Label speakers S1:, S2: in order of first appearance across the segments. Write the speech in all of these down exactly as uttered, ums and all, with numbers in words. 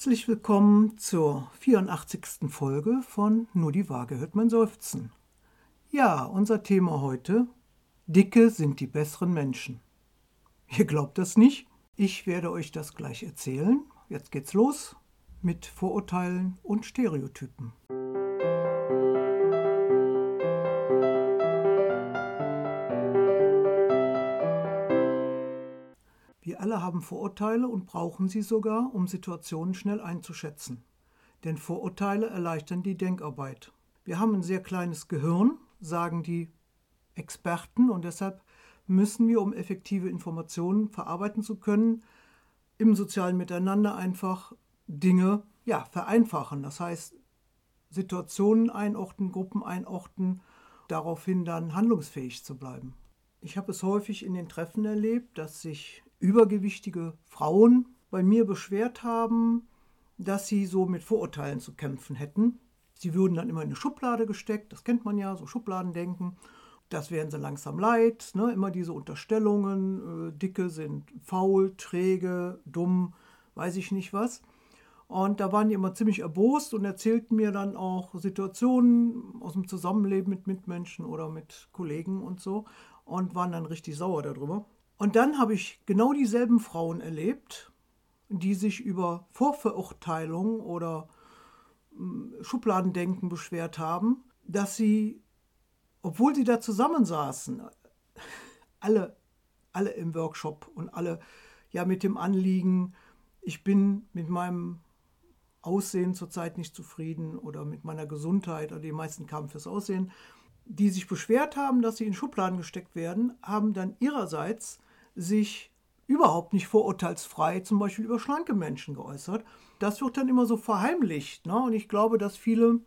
S1: Herzlich willkommen zur vierundachtzigsten Folge von Nur die Waage hört mein Seufzen. Ja, unser Thema heute: Dicke sind die besseren Menschen. Ihr glaubt das nicht? Ich werde euch das gleich erzählen. Jetzt geht's los mit Vorurteilen und Stereotypen. Wir alle haben Vorurteile und brauchen sie sogar, um Situationen schnell einzuschätzen. Denn Vorurteile erleichtern die Denkarbeit. Wir haben ein sehr kleines Gehirn, sagen die Experten, und deshalb müssen wir, um effektive Informationen verarbeiten zu können, im sozialen Miteinander einfach Dinge ja, vereinfachen. Das heißt, Situationen einordnen, Gruppen einordnen, daraufhin dann handlungsfähig zu bleiben. Ich habe es häufig in den Treffen erlebt, dass sich übergewichtige Frauen bei mir beschwert haben, dass sie so mit Vorurteilen zu kämpfen hätten. Sie würden dann immer in eine Schublade gesteckt, das kennt man ja, so Schubladendenken. Das wären sie langsam leid, ne? Immer diese Unterstellungen, äh, Dicke sind faul, träge, dumm, weiß ich nicht was. Und da waren die immer ziemlich erbost und erzählten mir dann auch Situationen aus dem Zusammenleben mit Mitmenschen oder mit Kollegen und so und waren dann richtig sauer darüber. Und dann habe ich genau dieselben Frauen erlebt, die sich über Vorverurteilung oder äh, Schubladendenken beschwert haben, dass sie, obwohl sie da zusammensaßen, alle, alle im Workshop und alle ja mit dem Anliegen, ich bin mit meinem Aussehen zurzeit nicht zufrieden oder mit meiner Gesundheit, oder die meisten kamen fürs Aussehen, die sich beschwert haben, dass sie in Schubladen gesteckt werden, haben dann ihrerseits sich überhaupt nicht vorurteilsfrei zum Beispiel über schlanke Menschen geäußert. Das wird dann immer so verheimlicht, ne? Und ich glaube, dass viele,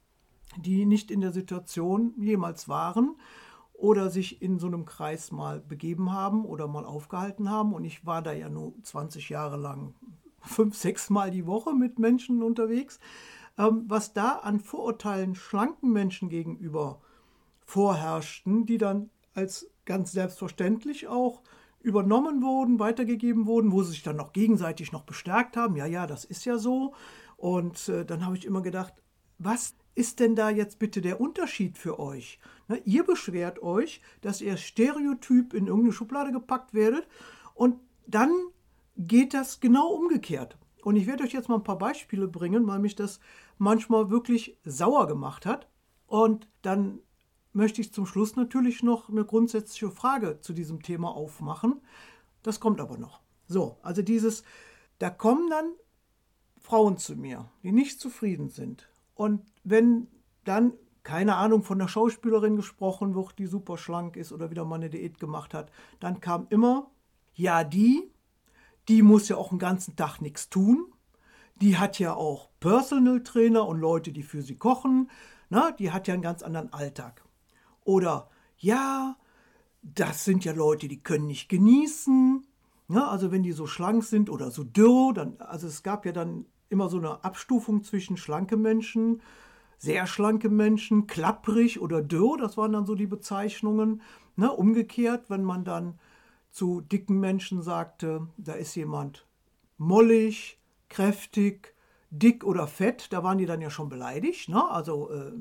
S1: die nicht in der Situation jemals waren oder sich in so einem Kreis mal begeben haben oder mal aufgehalten haben, und ich war da ja nur zwanzig Jahre lang fünf, sechs Mal die Woche mit Menschen unterwegs, ähm, was da an Vorurteilen schlanken Menschen gegenüber vorherrschten, die dann als ganz selbstverständlich auch übernommen wurden, weitergegeben wurden, wo sie sich dann noch gegenseitig noch bestärkt haben. Ja, ja, das ist ja so. Und äh, dann habe ich immer gedacht, was ist denn da jetzt bitte der Unterschied für euch? Ne, ihr beschwert euch, dass ihr Stereotyp in irgendeine Schublade gepackt werdet, und dann geht das genau umgekehrt. Und ich werde euch jetzt mal ein paar Beispiele bringen, weil mich das manchmal wirklich sauer gemacht hat. Und dann möchte ich zum Schluss natürlich noch eine grundsätzliche Frage zu diesem Thema aufmachen. Das kommt aber noch. So, also dieses, da kommen dann Frauen zu mir, die nicht zufrieden sind. Und wenn dann, keine Ahnung, von der Schauspielerin gesprochen wird, die super schlank ist oder wieder mal eine Diät gemacht hat, dann kam immer, ja, die, die muss ja auch den ganzen Tag nichts tun. Die hat ja auch Personal Trainer und Leute, die für sie kochen. Na, die hat ja einen ganz anderen Alltag. Oder, ja, das sind ja Leute, die können nicht genießen. Ja, also wenn die so schlank sind oder so dürr, dann, also es gab ja dann immer so eine Abstufung zwischen schlanke Menschen, sehr schlanke Menschen, klapprig oder dürr, das waren dann so die Bezeichnungen. Ne, umgekehrt, wenn man dann zu dicken Menschen sagte, da ist jemand mollig, kräftig, dick oder fett, da waren die dann ja schon beleidigt, ne? Also äh,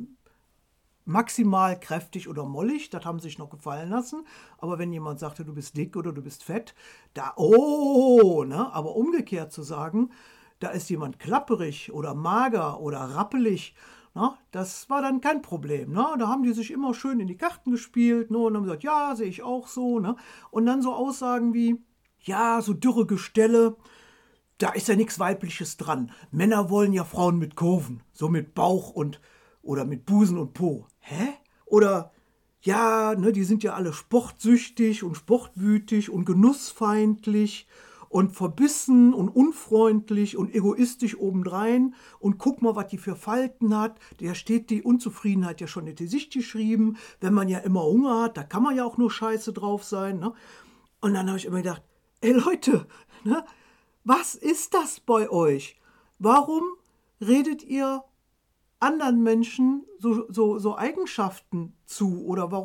S1: maximal kräftig oder mollig, das haben sie sich noch gefallen lassen. Aber wenn jemand sagte, du bist dick oder du bist fett, da, oh, ne? Aber umgekehrt zu sagen, da ist jemand klapperig oder mager oder rappelig, ne? Das war dann kein Problem. Ne? Da haben die sich immer schön in die Karten gespielt, ne? Und haben gesagt, ja, sehe ich auch so. Ne? Und dann so Aussagen wie, ja, so dürre Gestelle, da ist ja nichts Weibliches dran. Männer wollen ja Frauen mit Kurven, so mit Bauch und oder mit Busen und Po. Hä? Oder, ja, ne, die sind ja alle sportsüchtig und sportwütig und genussfeindlich und verbissen und unfreundlich und egoistisch obendrein. Und guck mal, was die für Falten hat. Da steht die Unzufriedenheit ja schon in die Sicht geschrieben. Wenn man ja immer Hunger hat, da kann man ja auch nur scheiße drauf sein. Ne? Und dann habe ich immer gedacht, ey Leute, ne, was ist das bei euch? Warum redet ihr anderen Menschen so, so, so Eigenschaften zu, oder warum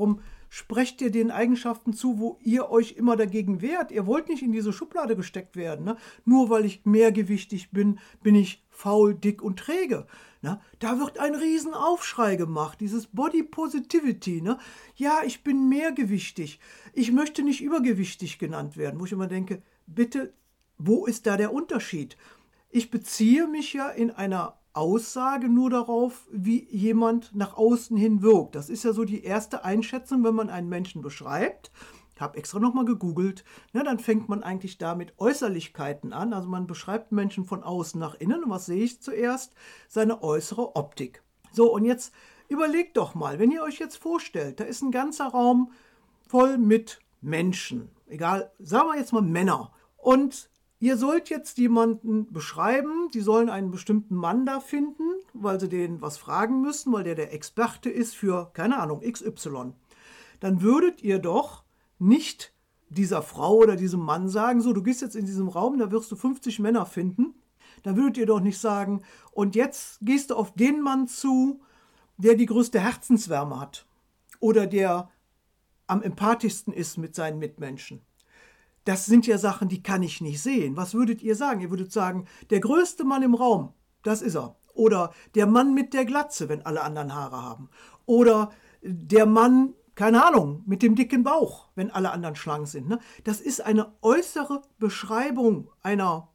S1: sprecht ihr den Eigenschaften zu, wo ihr euch immer dagegen wehrt. Ihr wollt nicht in diese Schublade gesteckt werden. Ne? Nur weil ich mehrgewichtig bin, bin ich faul, dick und träge. Ne? Da wird ein Riesenaufschrei gemacht, dieses Body Positivity. Ne? Ja, ich bin mehrgewichtig. Ich möchte nicht übergewichtig genannt werden, wo ich immer denke, bitte, wo ist da der Unterschied? Ich beziehe mich ja in einer Aussage nur darauf, wie jemand nach außen hin wirkt. Das ist ja so die erste Einschätzung, wenn man einen Menschen beschreibt. Ich habe extra nochmal gegoogelt. Ne, dann fängt man eigentlich da mit Äußerlichkeiten an. Also man beschreibt Menschen von außen nach innen. Und was sehe ich zuerst? Seine äußere Optik. So, und jetzt überlegt doch mal, wenn ihr euch jetzt vorstellt, da ist ein ganzer Raum voll mit Menschen. Egal, sagen wir jetzt mal Männer. Und ihr sollt jetzt jemanden beschreiben, die sollen einen bestimmten Mann da finden, weil sie den was fragen müssen, weil der der Experte ist für, keine Ahnung, X Y. Dann würdet ihr doch nicht dieser Frau oder diesem Mann sagen, so, du gehst jetzt in diesem Raum, da wirst du fünfzig Männer finden. Dann würdet ihr doch nicht sagen, und jetzt gehst du auf den Mann zu, der die größte Herzenswärme hat oder der am empathischsten ist mit seinen Mitmenschen. Das sind ja Sachen, die kann ich nicht sehen. Was würdet ihr sagen? Ihr würdet sagen, der größte Mann im Raum, das ist er. Oder der Mann mit der Glatze, wenn alle anderen Haare haben. Oder der Mann, keine Ahnung, mit dem dicken Bauch, wenn alle anderen schlank sind. Ne? Das ist eine äußere Beschreibung einer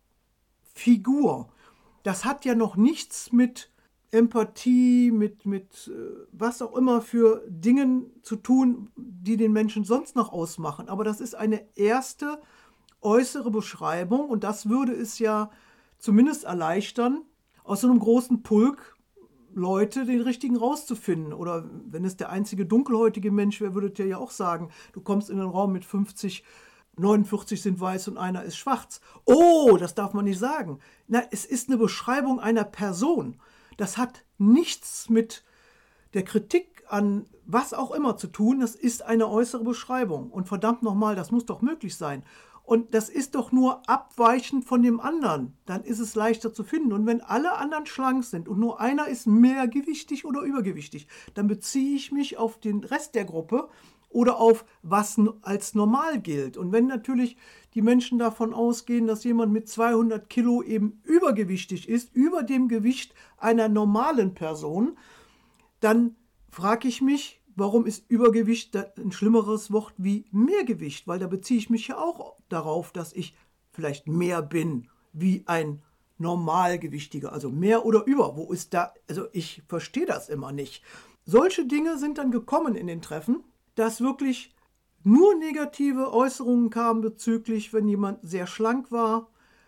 S1: Figur. Das hat ja noch nichts mit Empathie, mit, mit was auch immer für Dingen zu tun, die den Menschen sonst noch ausmachen. Aber das ist eine erste äußere Beschreibung und das würde es ja zumindest erleichtern, aus so einem großen Pulk Leute den richtigen rauszufinden. Oder wenn es der einzige dunkelhäutige Mensch wäre, würdet ihr ja auch sagen, du kommst in einen Raum mit fünfzig, neunundvierzig sind weiß und einer ist schwarz. Oh, das darf man nicht sagen. Na, es ist eine Beschreibung einer Person. Das hat nichts mit der Kritik an was auch immer zu tun. Das ist eine äußere Beschreibung. Und verdammt nochmal, das muss doch möglich sein. Und das ist doch nur abweichend von dem anderen. Dann ist es leichter zu finden. Und wenn alle anderen schlank sind und nur einer ist mehrgewichtig oder übergewichtig, dann beziehe ich mich auf den Rest der Gruppe oder auf was als normal gilt. Und wenn natürlich die Menschen davon ausgehen, dass jemand mit zweihundert Kilo eben übergewichtig ist, über dem Gewicht einer normalen Person, dann frage ich mich, warum ist Übergewicht ein schlimmeres Wort wie Mehrgewicht? Weil da beziehe ich mich ja auch darauf, dass ich vielleicht mehr bin wie ein Normalgewichtiger, also mehr oder über. Wo ist da, also ich verstehe das immer nicht. Solche Dinge sind dann gekommen in den Treffen, dass wirklich nur negative Äußerungen kamen bezüglich, wenn jemand sehr schlank war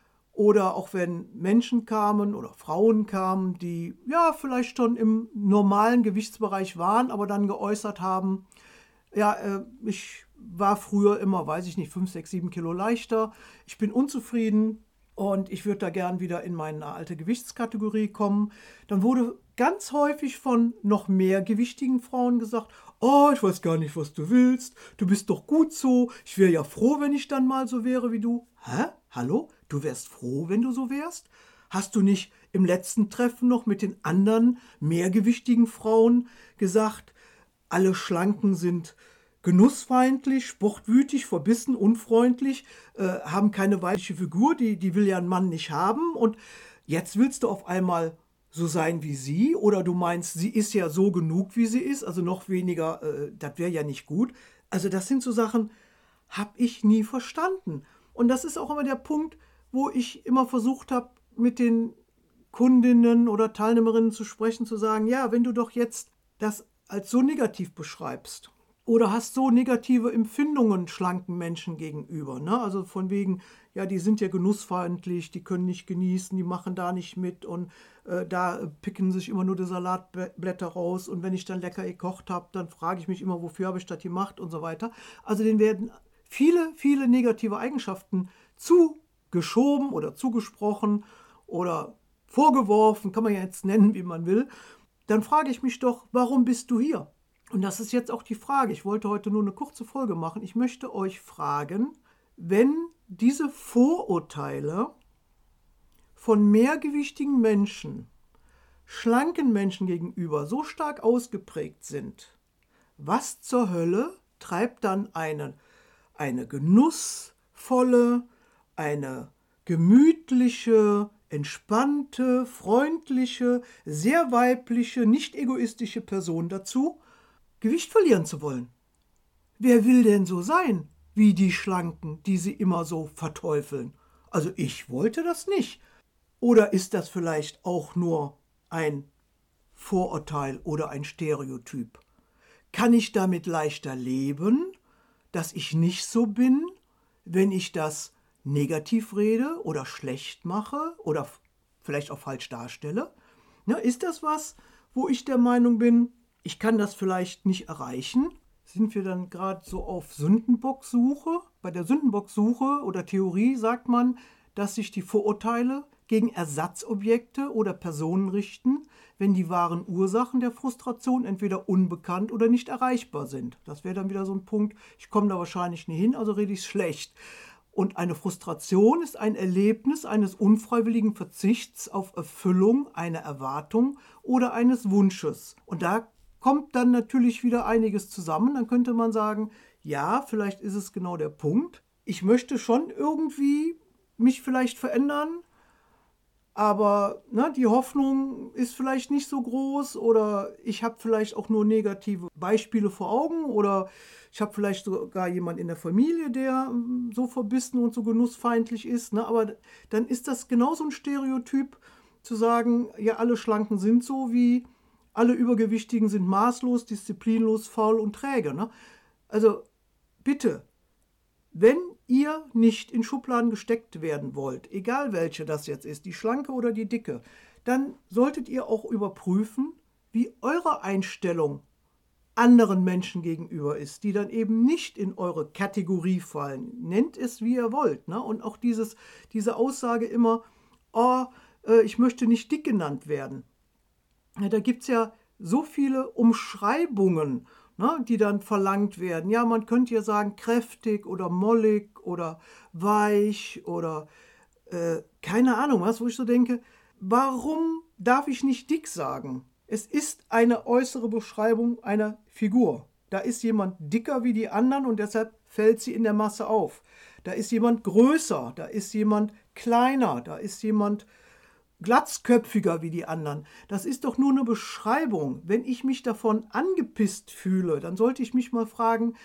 S1: oder auch wenn Menschen kamen oder Frauen kamen, die ja vielleicht schon im normalen Gewichtsbereich waren, aber dann geäußert haben, ja, äh, ich war früher immer, weiß ich nicht, fünf, sechs, sieben Kilo leichter, ich bin unzufrieden und ich würde da gern wieder in meine alte Gewichtskategorie kommen. Dann wurde ganz häufig von noch mehr gewichtigen Frauen gesagt, oh, ich weiß gar nicht, was du willst, du bist doch gut so, ich wäre ja froh, wenn ich dann mal so wäre wie du. Hä? Hallo? Du wärst froh, wenn du so wärst? Hast du nicht im letzten Treffen noch mit den anderen mehrgewichtigen Frauen gesagt, alle Schlanken sind genussfeindlich, sportwütig, verbissen, unfreundlich, äh, haben keine weibliche Figur, die, die will ja ein Mann nicht haben und jetzt willst du auf einmal so sein wie sie oder du meinst, sie ist ja so genug, wie sie ist, also noch weniger, äh, das wäre ja nicht gut. Also das sind so Sachen, habe ich nie verstanden. Und das ist auch immer der Punkt, wo ich immer versucht habe, mit den Kundinnen oder Teilnehmerinnen zu sprechen, zu sagen, ja, wenn du doch jetzt das als so negativ beschreibst oder hast so negative Empfindungen schlanken Menschen gegenüber, ne? Also von wegen, ja, die sind ja genussfeindlich, die können nicht genießen, die machen da nicht mit und äh, da picken sich immer nur die Salatblätter raus und wenn ich dann lecker gekocht habe, dann frage ich mich immer, wofür habe ich das gemacht und so weiter. Also denen werden viele, viele negative Eigenschaften zugeschoben oder zugesprochen oder vorgeworfen, kann man ja jetzt nennen, wie man will. Dann frage ich mich doch, warum bist du hier? Und das ist jetzt auch die Frage. Ich wollte heute nur eine kurze Folge machen. Ich möchte euch fragen, wenn diese Vorurteile von mehrgewichtigen Menschen, schlanken Menschen gegenüber so stark ausgeprägt sind, was zur Hölle treibt dann eine, eine genussvolle, eine gemütliche, entspannte, freundliche, sehr weibliche, nicht egoistische Person dazu, Gewicht verlieren zu wollen. Wer will denn so sein wie die Schlanken, die sie immer so verteufeln? Also ich wollte das nicht. Oder ist das vielleicht auch nur ein Vorurteil oder ein Stereotyp? Kann ich damit leichter leben, dass ich nicht so bin, wenn ich das negativ rede oder schlecht mache oder vielleicht auch falsch darstelle? Ja, ist das was, wo ich der Meinung bin, ich kann das vielleicht nicht erreichen? Sind wir dann gerade so auf Sündenbocksuche? Bei der Sündenbocksuche oder Theorie sagt man, dass sich die Vorurteile gegen Ersatzobjekte oder Personen richten, wenn die wahren Ursachen der Frustration entweder unbekannt oder nicht erreichbar sind. Das wäre dann wieder so ein Punkt, ich komme da wahrscheinlich nie hin, also rede ich schlecht. Und eine Frustration ist ein Erlebnis eines unfreiwilligen Verzichts auf Erfüllung einer Erwartung oder eines Wunsches. Und da kommt dann natürlich wieder einiges zusammen. Dann könnte man sagen, ja, vielleicht ist es genau der Punkt. Ich möchte schon irgendwie mich vielleicht verändern, aber ne, die Hoffnung ist vielleicht nicht so groß oder ich habe vielleicht auch nur negative Beispiele vor Augen oder ich habe vielleicht sogar jemanden in der Familie, der so verbissen und so genussfeindlich ist. Ne? Aber dann ist das genauso ein Stereotyp zu sagen, ja, alle Schlanken sind so, wie alle Übergewichtigen sind maßlos, disziplinlos, faul und träge. Ne? Also bitte, wenn ihr nicht in Schubladen gesteckt werden wollt, egal welche das jetzt ist, die schlanke oder die dicke, dann solltet ihr auch überprüfen, wie eure Einstellung anderen Menschen gegenüber ist, die dann eben nicht in eure Kategorie fallen. Nennt es, wie ihr wollt. Ne? Und auch dieses, diese Aussage immer, oh, äh, ich möchte nicht dick genannt werden. Ja, da gibt es ja so viele Umschreibungen, ne, die dann verlangt werden. Ja, man könnte ja sagen kräftig oder mollig oder weich oder äh, keine Ahnung was, wo ich so denke, warum darf ich nicht dick sagen? Es ist eine äußere Beschreibung einer Figur. Da ist jemand dicker wie die anderen und deshalb fällt sie in der Masse auf. Da ist jemand größer, da ist jemand kleiner, da ist jemand glatzköpfiger wie die anderen. Das ist doch nur eine Beschreibung. Wenn ich mich davon angepisst fühle, dann sollte ich mich mal fragen,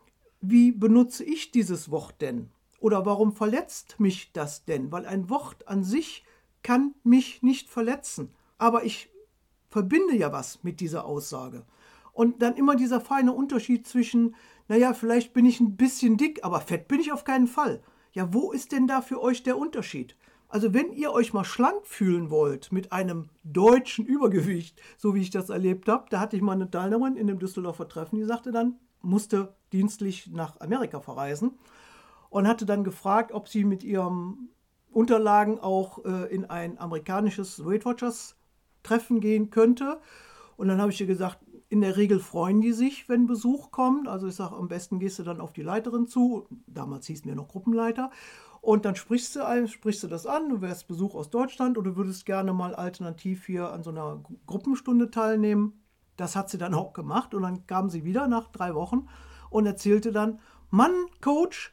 S1: wie benutze ich dieses Wort denn? Oder warum verletzt mich das denn? Weil ein Wort an sich kann mich nicht verletzen. Aber ich verbinde ja was mit dieser Aussage. Und dann immer dieser feine Unterschied zwischen, naja, vielleicht bin ich ein bisschen dick, aber fett bin ich auf keinen Fall. Ja, wo ist denn da für euch der Unterschied? Also wenn ihr euch mal schlank fühlen wollt mit einem deutschen Übergewicht, so wie ich das erlebt habe, da hatte ich mal eine Teilnehmerin in dem Düsseldorfer Treffen, die sagte dann, musste dienstlich nach Amerika verreisen und hatte dann gefragt, ob sie mit ihren Unterlagen auch äh, in ein amerikanisches Weight Watchers Treffen gehen könnte. Und dann habe ich ihr gesagt, in der Regel freuen die sich, wenn Besuch kommt. Also ich sage, am besten gehst du dann auf die Leiterin zu. Damals hieß mir noch Gruppenleiter. Und dann sprichst du, sprichst du das an, du wärst Besuch aus Deutschland und du würdest gerne mal alternativ hier an so einer Gruppenstunde teilnehmen. Das hat sie dann auch gemacht und dann kam sie wieder nach drei Wochen und erzählte dann, Mann, Coach,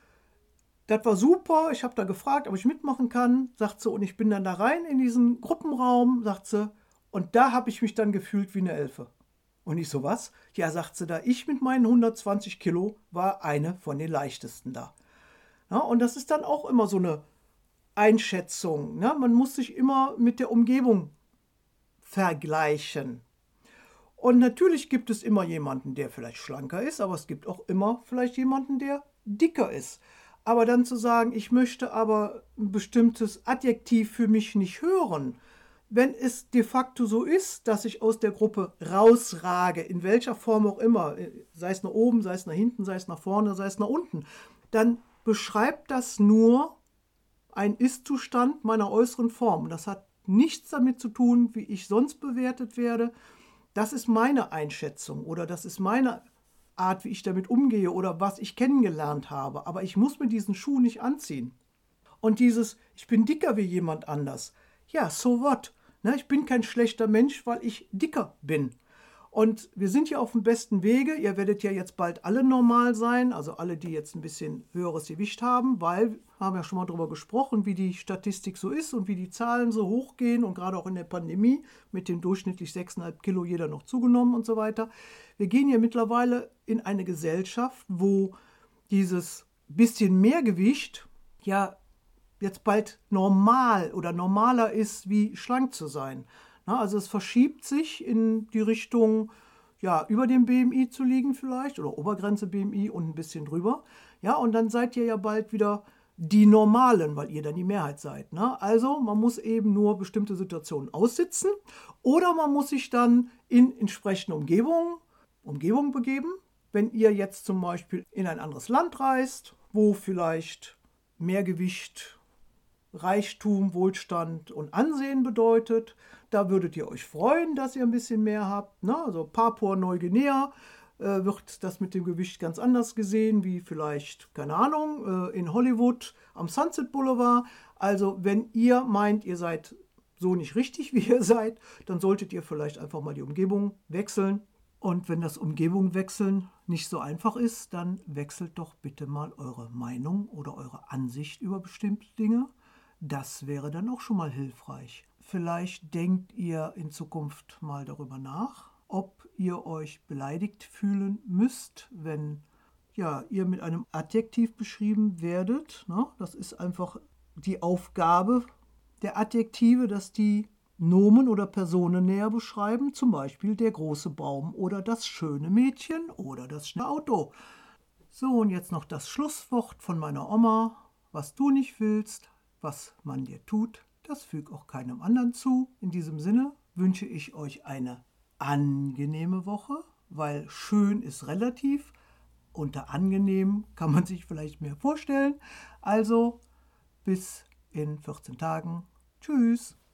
S1: das war super, ich habe da gefragt, ob ich mitmachen kann, sagt sie, und ich bin dann da rein in diesen Gruppenraum, sagt sie, und da habe ich mich dann gefühlt wie eine Elfe. Und ich so, was? Ja, sagt sie, da ich mit meinen hundertzwanzig Kilo war eine von den leichtesten da. Ja, und das ist dann auch immer so eine Einschätzung. Ne? Man muss sich immer mit der Umgebung vergleichen. Und natürlich gibt es immer jemanden, der vielleicht schlanker ist, aber es gibt auch immer vielleicht jemanden, der dicker ist. Aber dann zu sagen, ich möchte aber ein bestimmtes Adjektiv für mich nicht hören, wenn es de facto so ist, dass ich aus der Gruppe rausrage, in welcher Form auch immer, sei es nach oben, sei es nach hinten, sei es nach vorne, sei es nach unten, dann beschreibt das nur einen Ist-Zustand meiner äußeren Form. Das hat nichts damit zu tun, wie ich sonst bewertet werde. Das ist meine Einschätzung oder das ist meine Art, wie ich damit umgehe oder was ich kennengelernt habe. Aber ich muss mir diesen Schuh nicht anziehen. Und dieses, ich bin dicker wie jemand anders. Ja, so what? Ne, ich bin kein schlechter Mensch, weil ich dicker bin. Und wir sind ja auf dem besten Wege. Ihr werdet ja jetzt bald alle normal sein, also alle, die jetzt ein bisschen höheres Gewicht haben, weil wir haben ja schon mal darüber gesprochen, wie die Statistik so ist und wie die Zahlen so hochgehen und gerade auch in der Pandemie mit dem durchschnittlich sechs Komma fünf Kilo jeder noch zugenommen und so weiter. Wir gehen ja mittlerweile in eine Gesellschaft, wo dieses bisschen mehr Gewicht ja jetzt bald normal oder normaler ist, wie schlank zu sein. Na, also es verschiebt sich in die Richtung, ja, über dem B M I zu liegen vielleicht oder Obergrenze B M I und ein bisschen drüber. Ja, und dann seid ihr ja bald wieder die Normalen, weil ihr dann die Mehrheit seid. Ne? Also man muss eben nur bestimmte Situationen aussitzen oder man muss sich dann in entsprechende Umgebungen, Umgebungen begeben. Wenn ihr jetzt zum Beispiel in ein anderes Land reist, wo vielleicht mehr Gewicht Reichtum, Wohlstand und Ansehen bedeutet. Da würdet ihr euch freuen, dass ihr ein bisschen mehr habt. Ne? Also Papua-Neuguinea äh, wird das mit dem Gewicht ganz anders gesehen, wie vielleicht, keine Ahnung, äh, in Hollywood am Sunset Boulevard. Also wenn ihr meint, ihr seid so nicht richtig, wie ihr seid, dann solltet ihr vielleicht einfach mal die Umgebung wechseln. Und wenn das Umgebung wechseln nicht so einfach ist, dann wechselt doch bitte mal eure Meinung oder eure Ansicht über bestimmte Dinge. Das wäre dann auch schon mal hilfreich. Vielleicht denkt ihr in Zukunft mal darüber nach, ob ihr euch beleidigt fühlen müsst, wenn ja, ihr mit einem Adjektiv beschrieben werdet. Ne? Das ist einfach die Aufgabe der Adjektive, dass die Nomen oder Personen näher beschreiben, zum Beispiel der große Baum oder das schöne Mädchen oder das schnelle Auto. So, und jetzt noch das Schlusswort von meiner Oma. Was du nicht willst, was man dir tut, das füg auch keinem anderen zu. In diesem Sinne wünsche ich euch eine angenehme Woche, weil schön ist relativ. Unter angenehm kann man sich vielleicht mehr vorstellen. Also bis in vierzehn Tagen. Tschüss.